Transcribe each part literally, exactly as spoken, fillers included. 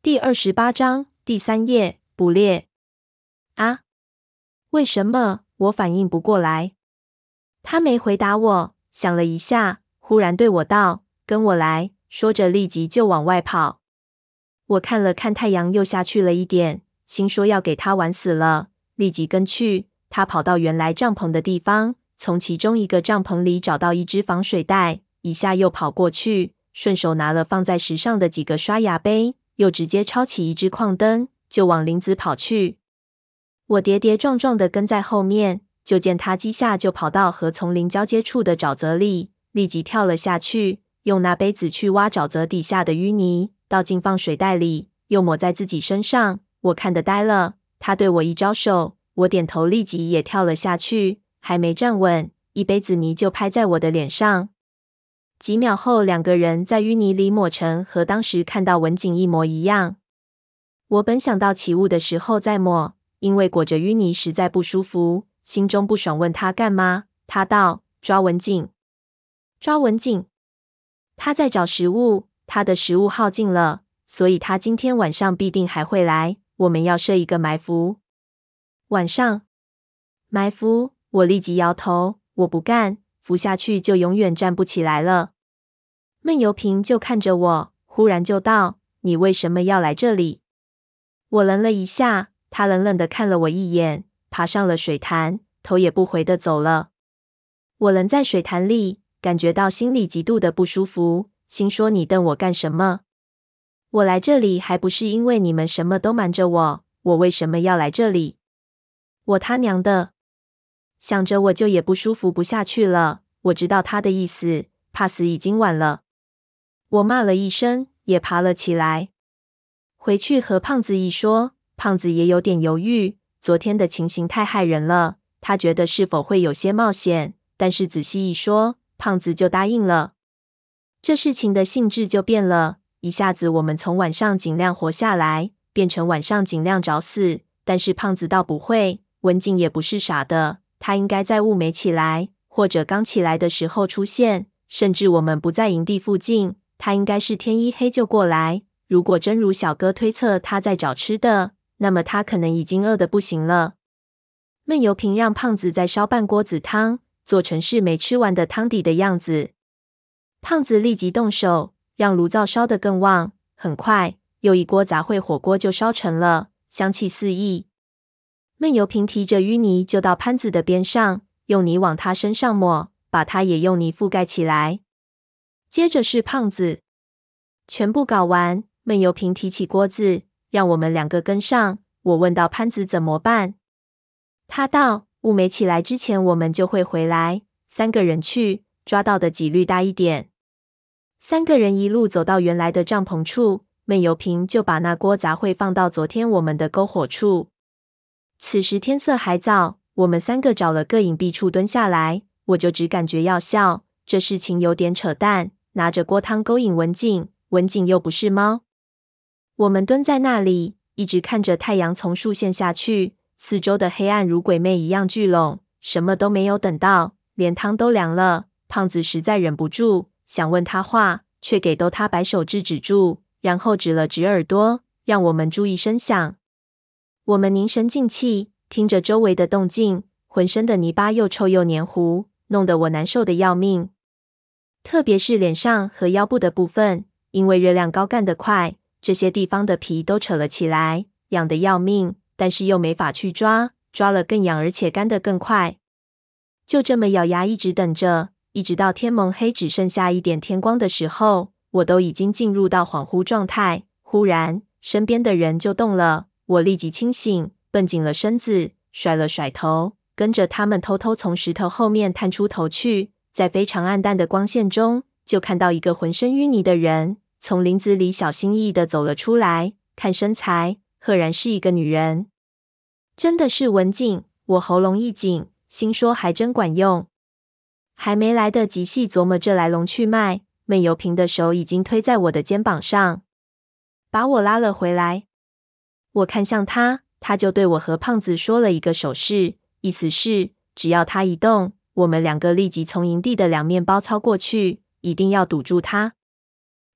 第二十八章第三页捕猎。啊！为什么？我反应不过来。他没回答我，想了一下，忽然对我道：“跟我来。”说着立即就往外跑。我看了看太阳又下去了一点，心说要给他玩死了，立即跟去。他跑到原来帐篷的地方，从其中一个帐篷里找到一只防水袋，一下又跑过去，顺手拿了放在石上的几个刷牙杯，又直接抄起一只矿灯，就往林子跑去。我跌跌撞撞地跟在后面，就见他几下就跑到和丛林交接处的沼泽里，立即跳了下去，用那杯子去挖沼泽底下的淤泥，倒进放水袋里，又抹在自己身上。我看得呆了，他对我一招手，我点头，立即也跳了下去，还没站稳，一杯子泥就拍在我的脸上。几秒后，两个人在淤泥里抹成和当时看到文景一模一样。我本想到起雾的时候再抹，因为裹着淤泥实在不舒服，心中不爽，问他干嘛。他道：抓文景。抓文景？他在找食物，他的食物耗尽了，所以他今天晚上必定还会来，我们要设一个埋伏。晚上？埋伏？我立即摇头，我不干，伏下去就永远站不起来了。闷油瓶就看着我，忽然就道：你为什么要来这里？我愣了一下，他冷冷地看了我一眼，爬上了水潭，头也不回地走了。我愣在水潭里，感觉到心里极度的不舒服，心说你瞪我干什么？我来这里还不是因为你们什么都瞒着我，我为什么要来这里？我他娘的！想着我就也不舒服不下去了，我知道他的意思，怕死已经晚了。我骂了一声，也爬了起来。回去和胖子一说，胖子也有点犹豫，昨天的情形太骇人了，他觉得是否会有些冒险，但是仔细一说，胖子就答应了。这事情的性质就变了，一下子我们从晚上尽量活下来，变成晚上尽量找死，但是胖子倒不会，文景也不是傻的，他应该在雾没起来，或者刚起来的时候出现，甚至我们不在营地附近，他应该是天一黑就过来。如果真如小哥推测他在找吃的，那么他可能已经饿得不行了。闷油瓶让胖子再烧半锅子汤，做成是没吃完的汤底的样子。胖子立即动手，让炉灶烧得更旺，很快又一锅杂烩火锅就烧成了，香气四溢。闷油瓶提着淤泥就到潘子的边上，用泥往他身上抹，把他也用泥覆盖起来。接着是胖子。全部搞完，闷油瓶提起锅子，让我们两个跟上。我问到潘子怎么办，他道：雾没起来之前我们就会回来，三个人去，抓到的几率大一点。三个人一路走到原来的帐篷处，闷油瓶就把那锅杂烩放到昨天我们的篝火处。此时天色还早，我们三个找了个隐蔽处蹲下来，我就只感觉要笑，这事情有点扯淡，拿着锅汤勾引文景，文景又不是猫。我们蹲在那里，一直看着太阳从树线下去，四周的黑暗如鬼魅一样聚拢，什么都没有等到，连汤都凉了。胖子实在忍不住，想问他话，却给逗他摆手制止住，然后指了指耳朵，让我们注意声响。我们凝神静气，听着周围的动静，浑身的泥巴又臭又黏糊，弄得我难受的要命。特别是脸上和腰部的部分，因为热量高干得快，这些地方的皮都扯了起来，痒得要命，但是又没法去抓，抓了更痒，而且干得更快。就这么咬牙一直等着，一直到天蒙黑只剩下一点天光的时候，我都已经进入到恍惚状态。忽然身边的人就动了，我立即清醒，绷紧了身子，甩了甩头，跟着他们偷偷从石头后面探出头去，在非常暗淡的光线中，就看到一个浑身淤泥的人从林子里小心翼翼地走了出来，看身材，赫然是一个女人。真的是文景，我喉咙一紧，心说还真管用。还没来得及细琢磨这来龙去脉，闷油瓶的手已经推在我的肩膀上，把我拉了回来。我看向他，他就对我和胖子说了一个手势，意思是只要他一动，我们两个立即从营地的两面包抄过去，一定要堵住他。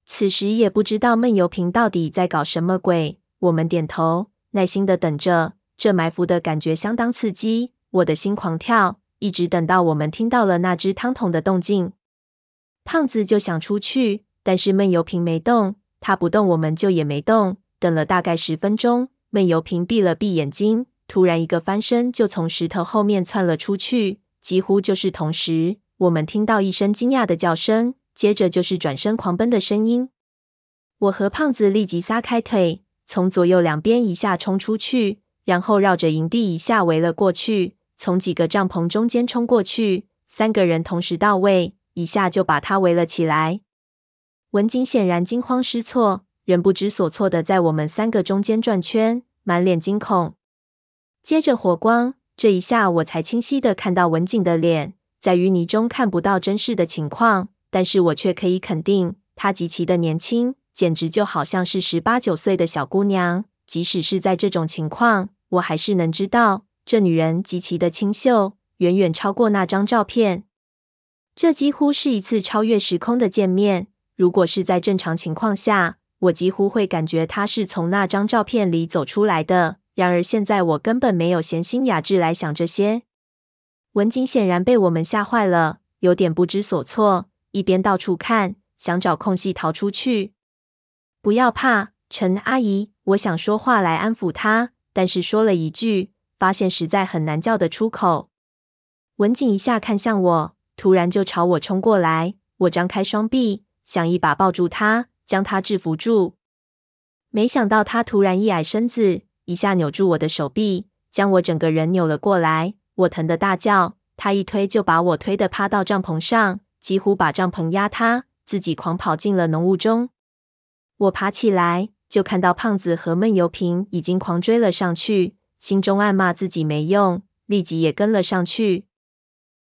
此时也不知道闷油瓶到底在搞什么鬼。我们点头，耐心的等着。这埋伏的感觉相当刺激，我的心狂跳，一直等到我们听到了那只汤桶的动静。胖子就想出去，但是闷油瓶没动，他不动，我们就也没动。等了大概十分钟，闷油瓶闭了闭眼睛，突然一个翻身就从石头后面窜了出去。几乎就是同时，我们听到一声惊讶的叫声，接着就是转身狂奔的声音。我和胖子立即撒开腿，从左右两边一下冲出去，然后绕着营地一下围了过去，从几个帐篷中间冲过去，三个人同时到位，一下就把他围了起来。文景显然惊慌失措，人不知所措的在我们三个中间转圈，满脸惊恐。接着火光，这一下我才清晰的看到文景的脸，在淤泥中看不到真实的情况，但是我却可以肯定，她极其的年轻，简直就好像是十八九岁的小姑娘。即使是在这种情况，我还是能知道，这女人极其的清秀，远远超过那张照片。这几乎是一次超越时空的见面。如果是在正常情况下，我几乎会感觉她是从那张照片里走出来的。然而现在我根本没有闲心雅致来想这些。文景显然被我们吓坏了，有点不知所措，一边到处看，想找空隙逃出去。不要怕，陈阿姨，我想说话来安抚她，但是说了一句，发现实在很难叫得出口。文景一下看向我，突然就朝我冲过来，我张开双臂，想一把抱住她，将她制服住。没想到她突然一矮身子，一下扭住我的手臂，将我整个人扭了过来，我疼得大叫，她一推就把我推得趴到帐篷上，几乎把帐篷压塌，自己狂跑进了浓雾中。我爬起来，就看到胖子和闷油瓶已经狂追了上去，心中暗骂自己没用，立即也跟了上去。